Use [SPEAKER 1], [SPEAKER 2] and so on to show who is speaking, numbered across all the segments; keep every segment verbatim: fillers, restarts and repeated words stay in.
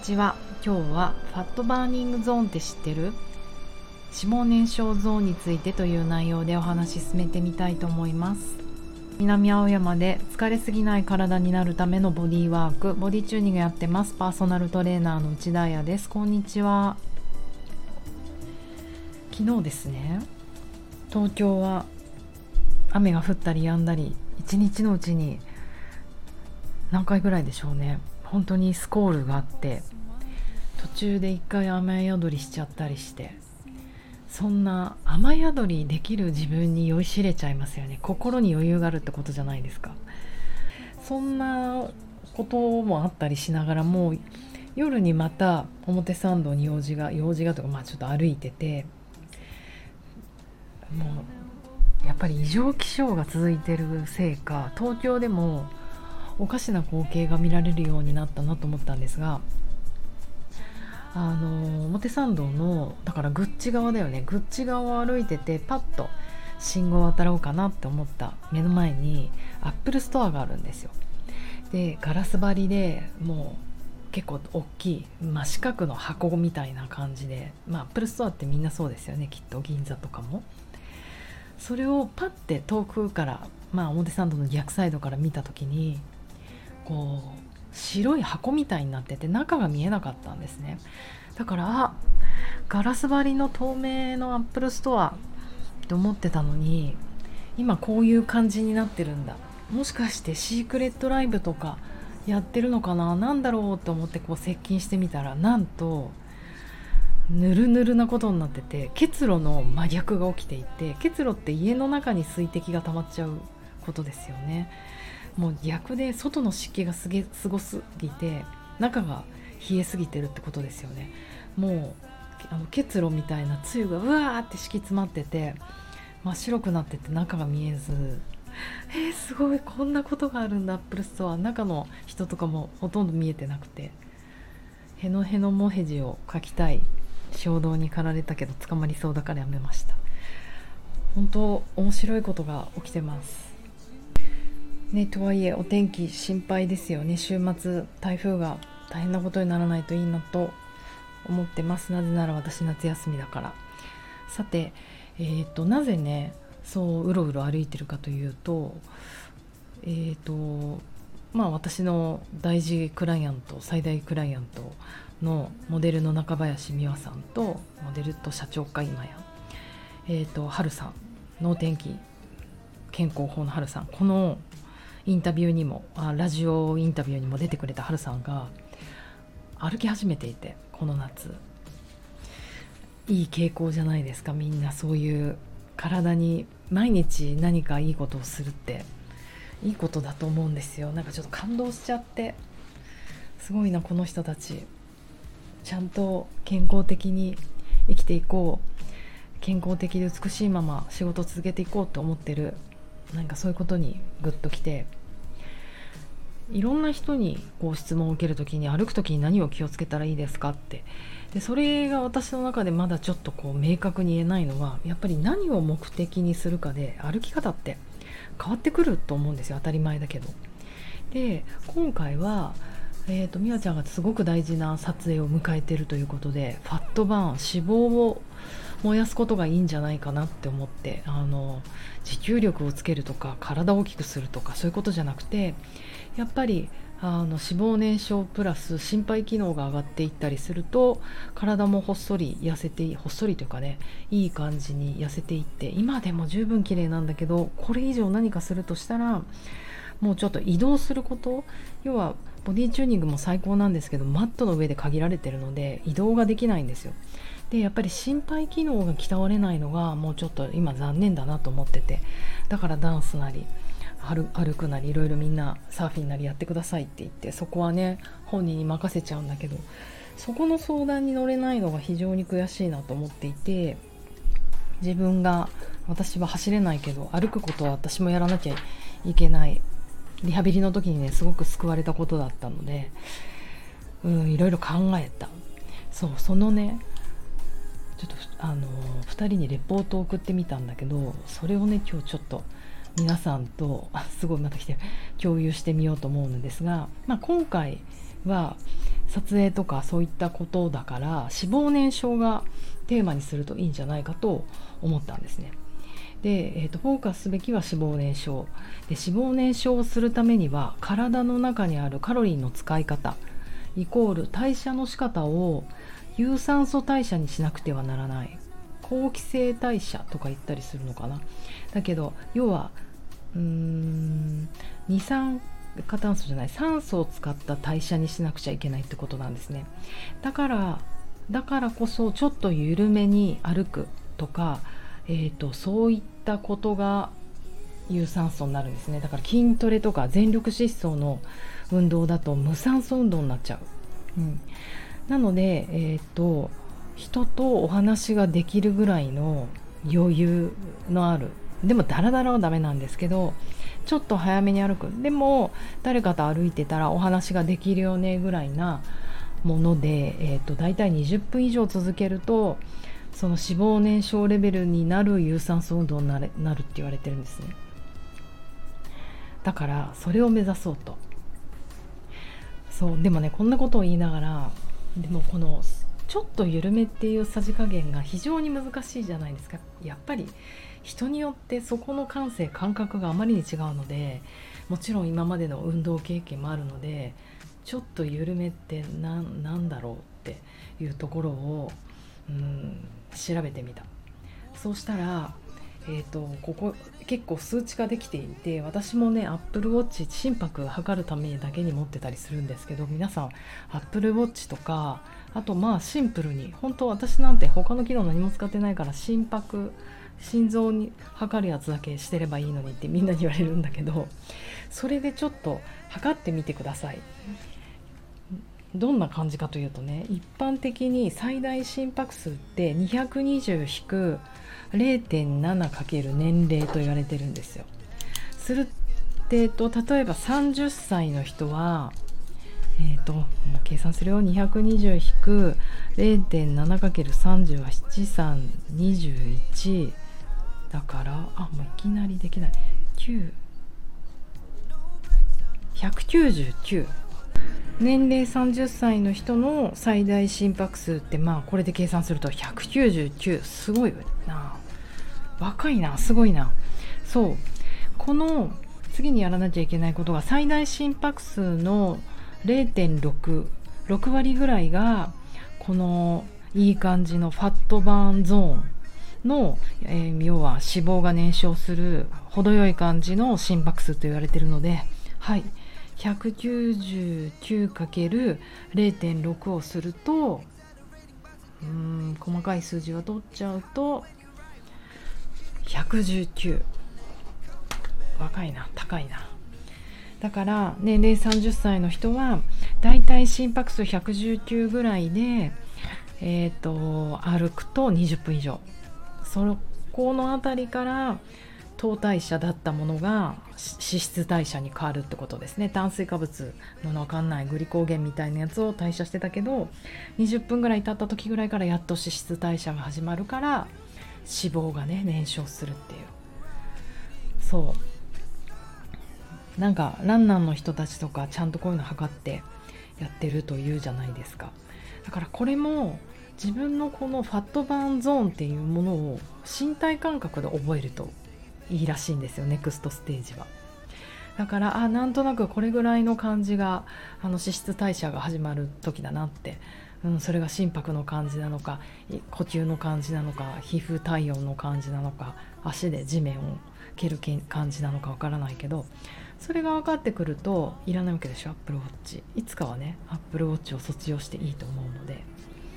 [SPEAKER 1] ちは。今日はファットバーニングゾーンって知ってる？脂肪燃焼ゾーンについてという内容でお話し進めてみたいと思います。南青山で疲れすぎない体になるためのボディワーク、ボディチューニングやってます。パーソナルトレーナーの内田彩です。こんにちは。昨日ですね、東京は雨が降ったり止んだり、一日のうちに何回ぐらいでしょうね、本当にスコールがあって、途中で一回雨宿りしちゃったりして、そんな雨宿りできる自分に酔いしれちゃいますよね。心に余裕があるってことじゃないですか。そんなこともあったりしながら、もう夜にまた表参道に用事が用事がとか、まあちょっと歩いてて、もうやっぱり異常気象が続いてるせいか、東京でもおかしな光景が見られるようになったなと思ったんですが、あの表参道のだからグッチ側だよね、グッチ側を歩いてて、パッと信号を渡ろうかなって思った目の前にアップルストアがあるんですよ。でガラス張りで、もう結構大きい真四角の箱みたいな感じで、まあアップルストアってみんなそうですよね、きっと銀座とかも。それをパッて遠くから、まあ表参道の逆サイドから見た時に、こう白い箱みたいになってて中が見えなかったんですね。だから、あ、ガラス張りの透明のアップルストアって思ってたのに、今こういう感じになってるんだ。もしかしてシークレットライブとかやってるのかな、なんだろうと思ってこう接近してみたら、なんとぬるぬるなことになってて、結露の真逆が起きていて、結露って家の中に水滴が溜まっちゃうことですよね。もう逆で外の湿気がすげすごすぎて中が冷えすぎてるってことですよね。もうあの結露みたいな露がうわーって敷き詰まってて、真っ白くなってて中が見えず、えー、すごい、こんなことがあるんだ。アップルストア中の人とかもほとんど見えてなくて、へのへのもへじを描きたい衝動に駆られたけど捕まりそうだからやめました。本当面白いことが起きてますね。とはいえお天気心配ですよね。週末台風が大変なことにならないといいなと思ってます。なぜなら私夏休みだから。さて、えー、となぜねそううろうろ歩いてるかというと、えーとまあ私の大事クライアント、最大クライアントのモデルの中林美和さんと、モデルと社長か今や、えーと春さん、脳天気健康法の春さん、このインタビューにもあラジオインタビューにも出てくれた春さんが歩き始めていて、この夏いい傾向じゃないですか。みんなそういう体に毎日何かいいことをするっていいことだと思うんですよ。なんかちょっと感動しちゃって、すごいなこの人たち、ちゃんと健康的に生きていこう、健康的で美しいまま仕事を続けていこうと思ってる、なんかそういうことにグッときて、いろんな人にこう質問を受けるときに、歩くときに何を気をつけたらいいですかって、でそれが私の中でまだちょっとこう明確に言えないのは、やっぱり何を目的にするかで歩き方って変わってくると思うんですよ。当たり前だけど。で今回はえーと、美和ちゃんがすごく大事な撮影を迎えているということで、ファットバーン、脂肪を燃やすことがいいんじゃないかなって思って、あの持久力をつけるとか体を大きくするとかそういうことじゃなくて、やっぱりあの脂肪燃焼プラス心肺機能が上がっていったりすると、体もほっそり痩せて、ほっそりというかね、いい感じに痩せていって、今でも十分綺麗なんだけど、これ以上何かするとしたらもうちょっと移動すること、要はボディチューニングも最高なんですけど、マットの上で限られてるので移動ができないんですよ。でやっぱり心肺機能が鍛われないのがもうちょっと今残念だなと思ってて、だからダンスなり歩くなりいろいろみんなサーフィンなりやってくださいって言って、そこはね本人に任せちゃうんだけど、そこの相談に乗れないのが非常に悔しいなと思っていて、自分が、私は走れないけど歩くことは私もやらなきゃいけない、リハビリの時にねすごく救われたことだったので、うんいろいろ考えた。そう、そのねちょっとあのふたりにレポートを送ってみたんだけど、それをね今日ちょっと皆さんとあすごいまた来て共有してみようと思うのですが、まあ、今回は撮影とかそういったことだから脂肪燃焼がテーマにするといいんじゃないかと思ったんですね。で、えーと、フォーカスすべきは脂肪燃焼で、脂肪燃焼をするためには体の中にあるカロリーの使い方イコール代謝の仕方を有酸素代謝にしなくてはならない。好気性代謝とか言ったりするのかな。だけど要はうーん二酸化炭素じゃない酸素を使った代謝にしなくちゃいけないってことなんですね。だからだからこそちょっと緩めに歩くとか、えーと、そういったことが有酸素になるんですね。だから筋トレとか全力疾走の運動だと無酸素運動になっちゃう、うん、なので、えーと、人とお話ができるぐらいの余裕のある、でもダラダラはダメなんですけど、ちょっと早めに歩く、でも誰かと歩いてたらお話ができるよねぐらいなもので、えーと、だいたいにじゅっぷん以上続けるとその脂肪燃焼レベルになる有酸素運動になる、なるって言われてるんですね。だからそれを目指そうと。そうでもね、こんなことを言いながらでもこのちょっと緩めっていうさじ加減が非常に難しいじゃないですか。やっぱり人によってそこの感性感覚があまりに違うので、もちろん今までの運動経験もあるので、ちょっと緩めってな、なんだろうっていうところをうん調べてみた。そうしたら、えーと、ここ結構数値ができていて、私もね Apple Watch 心拍測るためだけに持ってたりするんですけど、皆さん Apple Watch とか、あとまあシンプルに本当私なんて他の機能何も使ってないから心拍心臓に測るやつだけしてればいいのにってみんなに言われるんだけど、それでちょっと測ってみてください。どんな感じかというとね、一般的に最大心拍数ってにひゃくにじゅう引く れいてんななかける 年齢と言われてるんですよ。するってと、例えばさんじゅっさいの人はえーともう計算するよ。 にひゃくにじゅう引く れいてんななかけるさんじゅう はななさんにじゅういちだから、あもういきなりできない、きゅう ひゃくきゅうじゅうきゅう、年齢さんじゅっさいの人の最大心拍数って、まあこれで計算するとひゃくきゅうじゅうきゅう、すごいな、若いな、すごいな。そう、この次にやらなきゃいけないことが、最大心拍数の れいてんろく、ろく割ぐらいがこのいい感じのファットバーンゾーンの、えー、要は脂肪が燃焼する程よい感じの心拍数と言われているので、はい、ひゃくきゅうじゅうきゅうかける れいてんろく をすると、うーん細かい数字は取っちゃうとひゃくじゅうきゅう、若いな、高いな。だから年齢さんじゅっさいの人はだいたい心拍数ひゃくじゅうきゅうぐらいで、えーと、歩くとにじゅっぷん以上、そこのあたりから糖代謝だったものが脂質代謝に変わるってことですね。炭水化物のわかんないグリコーゲンみたいなやつを代謝してたけど、にじゅっぷんぐらい経った時ぐらいからやっと脂質代謝が始まるから脂肪がね燃焼するっていう。そうなんかランナーの人たちとかちゃんとこういうの測ってやってるというじゃないですか。だからこれも自分のこのファットバーンゾーンっていうものを身体感覚で覚えるといいらしいんですよ、ネクストステージは。だからあなんとなくこれぐらいの感じがあの脂質代謝が始まる時だなって、うん、それが心拍の感じなのか呼吸の感じなのか皮膚体温の感じなのか足で地面を蹴る感じなのかわからないけど、それが分かってくるといらないわけでしょ、アップルウォッチ。いつかはねアップルウォッチを卒業していいと思うので、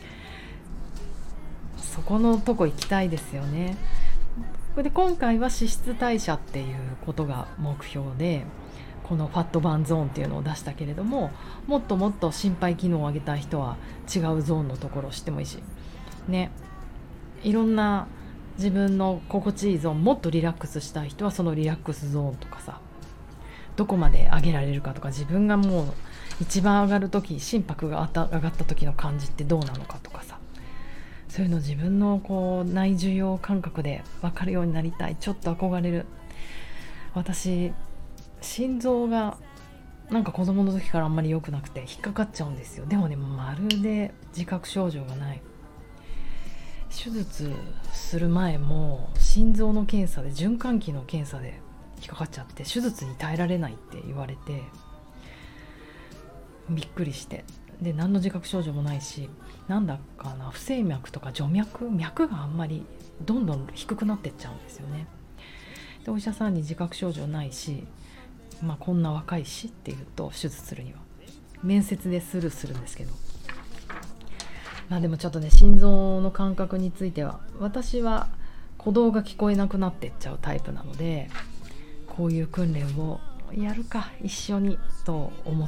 [SPEAKER 1] そこのとこ行きたいですよね。で今回は脂質代謝っていうことが目標で、このファットバーンゾーンっていうのを出したけれども、もっともっと心肺機能を上げたい人は違うゾーンのところを知ってもいいしね、いろんな自分の心地いいゾーン、もっとリラックスしたい人はそのリラックスゾーンとかさ、どこまで上げられるかとか、自分がもう一番上がる時、心拍が上がった時の感じってどうなのかとかさ、そういうの自分のこう内受容感覚で分かるようになりたい、ちょっと憧れる。 私心臓がなんか子供の時からあんまり良くなくて引っかかっちゃうんですよ。でもね、まるで自覚症状がない。手術する前も心臓の検査で循環器の検査で引っかかっちゃって、手術に耐えられないって言われてびっくりして、で何の自覚症状もないし、なんだかな、不整脈とか徐脈脈があんまりどんどん低くなってっちゃうんですよね。でお医者さんに自覚症状ないし、まあこんな若いしって言うと、手術するには面接でスルーするんですけど、まあでもちょっとね、心臓の感覚については私は鼓動が聞こえなくなってっちゃうタイプなので、こういう訓練をやるか一緒にと思って、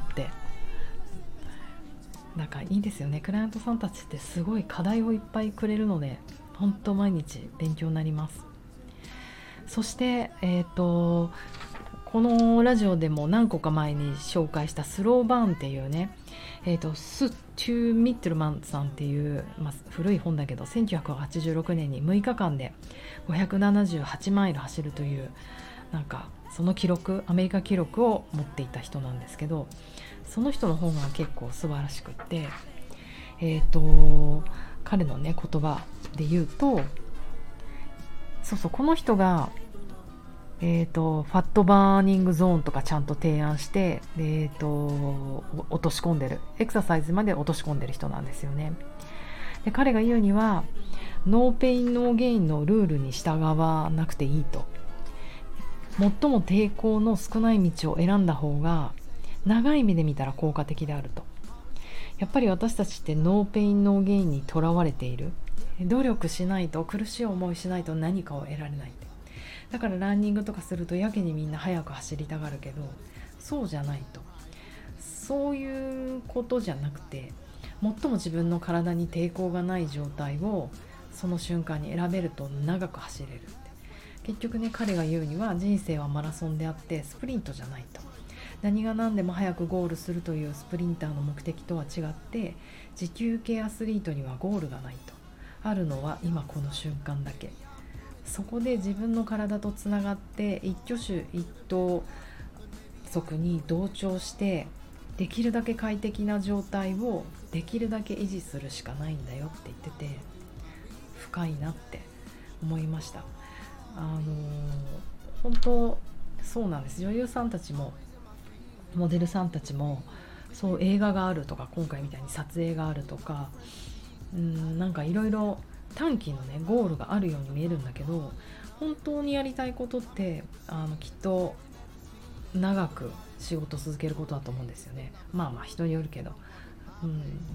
[SPEAKER 1] なんかいいですよね。クライアントさんたちってすごい課題をいっぱいくれるので、本当毎日勉強になります。そしてえっとこのラジオでも何個か前に紹介したスローバーンっていうね、えー、とス・チュー・ミッテルマンさんっていう、まあ、古い本だけどせんきゅうひゃくはちじゅうろくねんにむいかかんでごひゃくななじゅうはちマイル走るという、なんかその記録、アメリカ記録を持っていた人なんですけど、その人の本が結構素晴らしくって、えー、と彼のね言葉で言うと、そうそう、この人がえーと、ファットバーニングゾーンとかちゃんと提案して、えーと、落とし込んでる、エクササイズまで落とし込んでる人なんですよね。で彼が言うには、ノーペインノーゲインのルールに従わなくていいと、最も抵抗の少ない道を選んだ方が長い目で見たら効果的であると。やっぱり私たちってノーペインノーゲインにとらわれている。努力しないと、苦しい思いしないと何かを得られない。だからランニングとかするとやけにみんな速く走りたがるけど、そうじゃないと。そういうことじゃなくて、最も自分の体に抵抗がない状態をその瞬間に選べると長く走れるって。結局ね、彼が言うには、人生はマラソンであってスプリントじゃないと。何が何でも早くゴールするというスプリンターの目的とは違って、持久系アスリートにはゴールがないと。あるのは今この瞬間だけ。そこで自分の体とつながって一挙手一投足に同調して、できるだけ快適な状態をできるだけ維持するしかないんだよって言ってて、深いなって思いました。あのー、本当そうなんです。女優さんたちもモデルさんたちも、そう映画があるとか、今回みたいに撮影があるとか、うーんなんかいろいろ短期のねゴールがあるように見えるんだけど、本当にやりたいことってあのきっと長く仕事を続けることだと思うんですよね。まあまあ人によるけど、うん、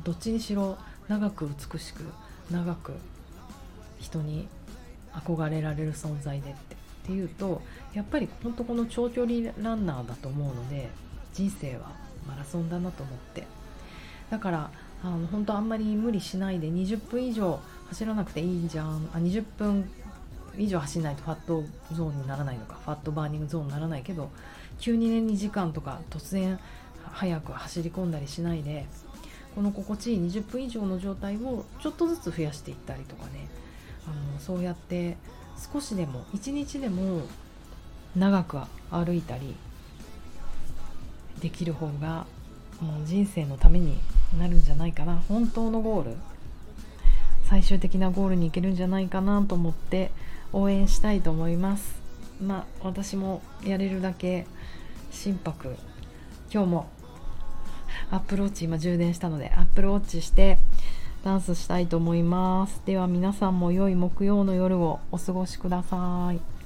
[SPEAKER 1] どっちにしろ長く美しく長く人に憧れられる存在でってっていうと、やっぱり本当この長距離ランナーだと思うので、人生はマラソンだなと思って、だからあの本当あんまり無理しないでにじゅっぷん以上走らなくていいじゃん。あにじゅっぷん以上走らないとファットゾーンにならないのか、ファットバーニングゾーンにならないけど、急にねにじかんとか突然早く走り込んだりしないで、この心地いいにじゅっぷん以上の状態をちょっとずつ増やしていったりとかね、あのそうやって少しでもいちにちでも長く歩いたりできる方がもう人生のためになるんじゃないかな。本当のゴール、最終的なゴールに行けるんじゃないかなと思って応援したいと思います。まあ私もやれるだけ心拍、今日もアップルウォッチ今充電したのでアップルウォッチしてダンスしたいと思います。では皆さんも良い木曜の夜をお過ごしください。